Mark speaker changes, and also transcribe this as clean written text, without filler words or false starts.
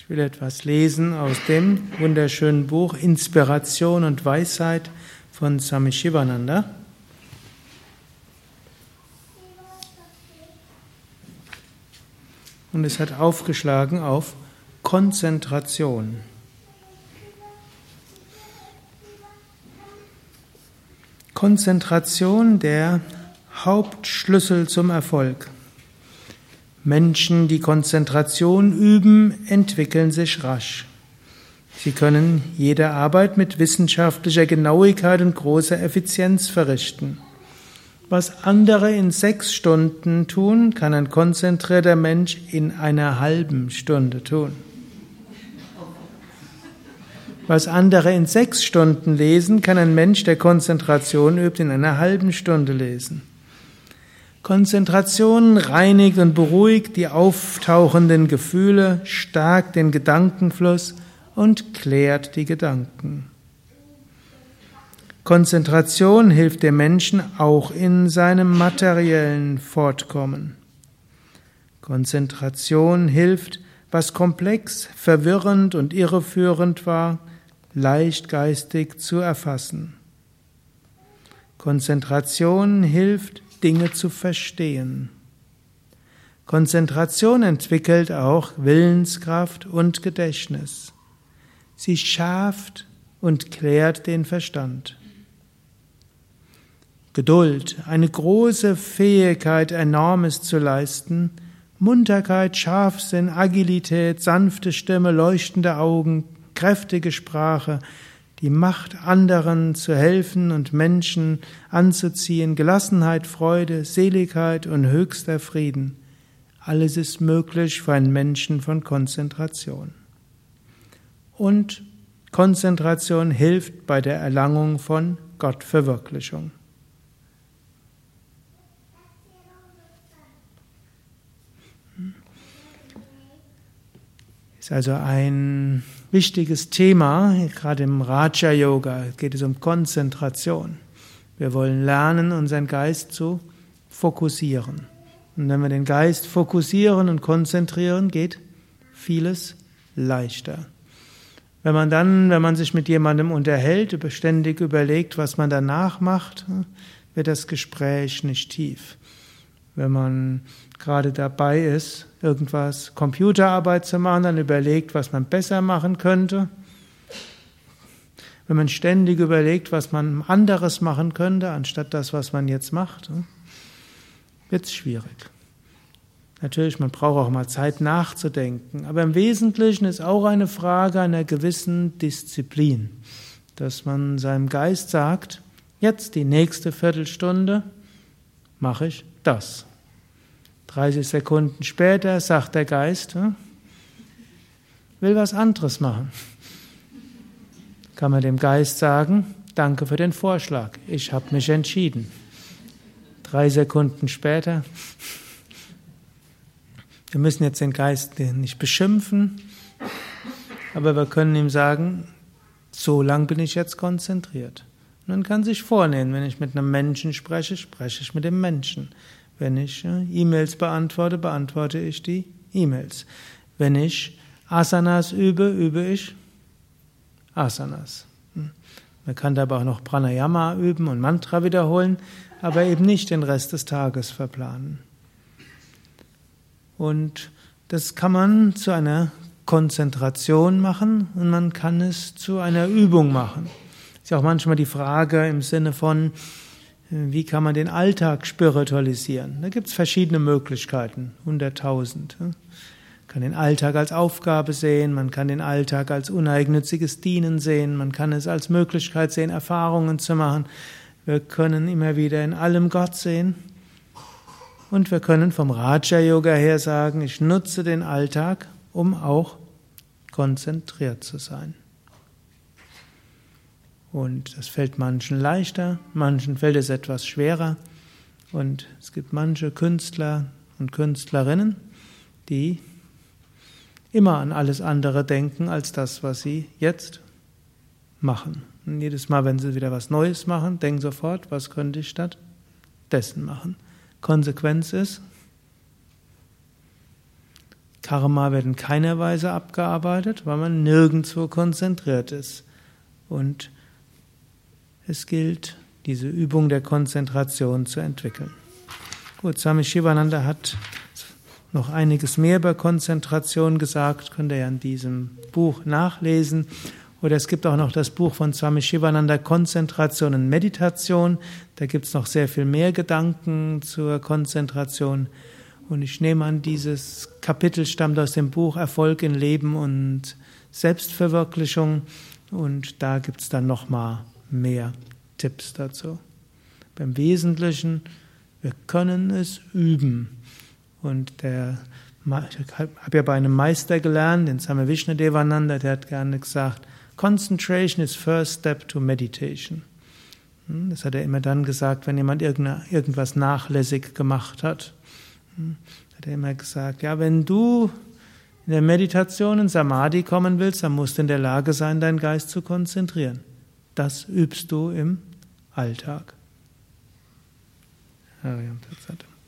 Speaker 1: Ich will etwas lesen aus dem wunderschönen Buch Inspiration und Weisheit von Swami Shivananda. Und es hat aufgeschlagen auf Konzentration. Konzentration, der Hauptschlüssel zum Erfolg. Menschen, die Konzentration üben, entwickeln sich rasch. Sie können jede Arbeit mit wissenschaftlicher Genauigkeit und großer Effizienz verrichten. Was andere in 6 Stunden tun, kann ein konzentrierter Mensch in einer halben Stunde tun. Was andere in 6 Stunden lesen, kann ein Mensch, der Konzentration übt, in einer halben Stunde lesen. Konzentration reinigt und beruhigt die auftauchenden Gefühle, stärkt den Gedankenfluss und klärt die Gedanken. Konzentration hilft dem Menschen auch in seinem materiellen Fortkommen. Konzentration hilft, was komplex, verwirrend und irreführend war, leichtgeistig zu erfassen. Konzentration hilft, Dinge zu verstehen. Konzentration entwickelt auch Willenskraft und Gedächtnis. Sie schärft und klärt den Verstand. Geduld, eine große Fähigkeit, Enormes zu leisten, Munterkeit, Scharfsinn, Agilität, sanfte Stimme, leuchtende Augen, kräftige Sprache, die Macht, anderen zu helfen und Menschen anzuziehen, Gelassenheit, Freude, Seligkeit und höchster Frieden. Alles ist möglich für einen Menschen von Konzentration. Und Konzentration hilft bei der Erlangung von Gottverwirklichung. Ist also ein wichtiges Thema, gerade im Raja Yoga geht es um Konzentration. Wir wollen lernen, unseren Geist zu fokussieren. Und wenn wir den Geist fokussieren und konzentrieren, geht vieles leichter. Wenn man sich mit jemandem unterhält, ständig überlegt, was man danach macht, wird das Gespräch nicht tief. Wenn man gerade dabei ist, irgendwas Computerarbeit zu machen, dann überlegt, was man besser machen könnte. Wenn man ständig überlegt, was man anderes machen könnte, anstatt das, was man jetzt macht, wird es schwierig. Natürlich, man braucht auch mal Zeit nachzudenken, aber im Wesentlichen ist auch eine Frage einer gewissen Disziplin, dass man seinem Geist sagt, jetzt die nächste Viertelstunde mache ich das. 30 Sekunden später sagt der Geist, will was anderes machen. Kann man dem Geist sagen, danke für den Vorschlag, ich habe mich entschieden. 3 Sekunden später, wir müssen jetzt den Geist nicht beschimpfen, aber wir können ihm sagen, so lang bin ich jetzt konzentriert. Und man kann sich vornehmen, wenn ich mit einem Menschen spreche, spreche ich mit dem Menschen. Wenn ich E-Mails beantworte, beantworte ich die E-Mails. Wenn ich Asanas übe, übe ich Asanas. Man kann dabei auch noch Pranayama üben und Mantra wiederholen, aber eben nicht den Rest des Tages verplanen. Und das kann man zu einer Konzentration machen und man kann es zu einer Übung machen. Ist ja auch manchmal die Frage im Sinne von, wie kann man den Alltag spiritualisieren? Da gibt es verschiedene Möglichkeiten, 100.000. Man kann den Alltag als Aufgabe sehen, man kann den Alltag als uneigennütziges Dienen sehen, man kann es als Möglichkeit sehen, Erfahrungen zu machen. Wir können immer wieder in allem Gott sehen. Und wir können vom Raja Yoga her sagen, ich nutze den Alltag, um auch konzentriert zu sein. Und das fällt manchen leichter, manchen fällt es etwas schwerer. Und es gibt manche Künstler und Künstlerinnen, die immer an alles andere denken, als das, was sie jetzt machen. Und jedes Mal, wenn sie wieder was Neues machen, denken sofort, was könnte ich stattdessen machen. Konsequenz ist, Karma wird in keiner Weise abgearbeitet, weil man nirgendwo konzentriert ist. Und es gilt, diese Übung der Konzentration zu entwickeln. Gut, Swami Shivananda hat noch einiges mehr über Konzentration gesagt, könnt ihr ja in diesem Buch nachlesen. Oder es gibt auch noch das Buch von Swami Shivananda, Konzentration und Meditation. Da gibt es noch sehr viel mehr Gedanken zur Konzentration. Und ich nehme an, dieses Kapitel stammt aus dem Buch Erfolg in Leben und Selbstverwirklichung. Und da gibt es dann nochmal mehr Tipps dazu. Beim Wesentlichen, wir können es üben. Und ich habe ja bei einem Meister gelernt, den Swami Vishnadevananda, der hat gerne gesagt, Concentration is first step to meditation. Das hat er immer dann gesagt, wenn jemand irgendwas nachlässig gemacht hat. Hat er immer gesagt, ja, wenn du in der Meditation in Samadhi kommen willst, dann musst du in der Lage sein, deinen Geist zu konzentrieren. Das übst du im Alltag. Hariam Tat Sat.